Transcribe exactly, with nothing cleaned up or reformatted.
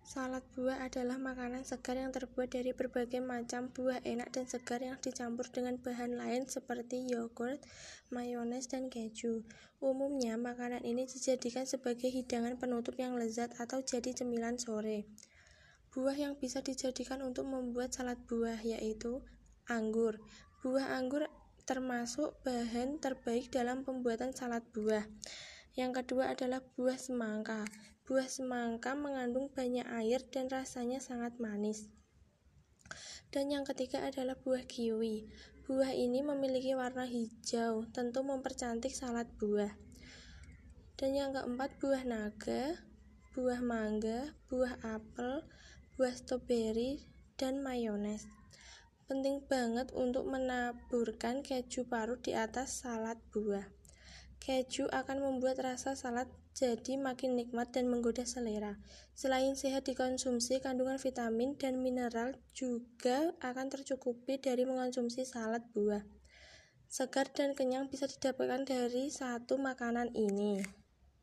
Salad buah adalah makanan segar yang terbuat dari berbagai macam buah enak dan segar yang dicampur dengan bahan lain seperti yogurt, mayones, dan keju. Umumnya, makanan ini dijadikan sebagai hidangan penutup yang lezat atau jadi cemilan sore. Buah yang bisa dijadikan untuk membuat salad buah yaitu anggur. Buah anggur termasuk bahan terbaik dalam pembuatan salad buah. Yang kedua adalah buah semangka. Buah semangka mengandung banyak air dan rasanya sangat manis. Dan yang ketiga adalah buah kiwi. Buah ini memiliki warna hijau, tentu mempercantik salad buah. Dan yang keempat buah naga, buah mangga, buah apel, buah stroberi, dan mayones. Penting banget untuk menaburkan keju parut di atas salad buah. Keju akan membuat rasa salad jadi makin nikmat dan menggoda selera. Selain sehat dikonsumsi, kandungan vitamin dan mineral juga akan tercukupi dari mengonsumsi salad buah. Segar dan kenyang bisa didapatkan dari satu makanan ini.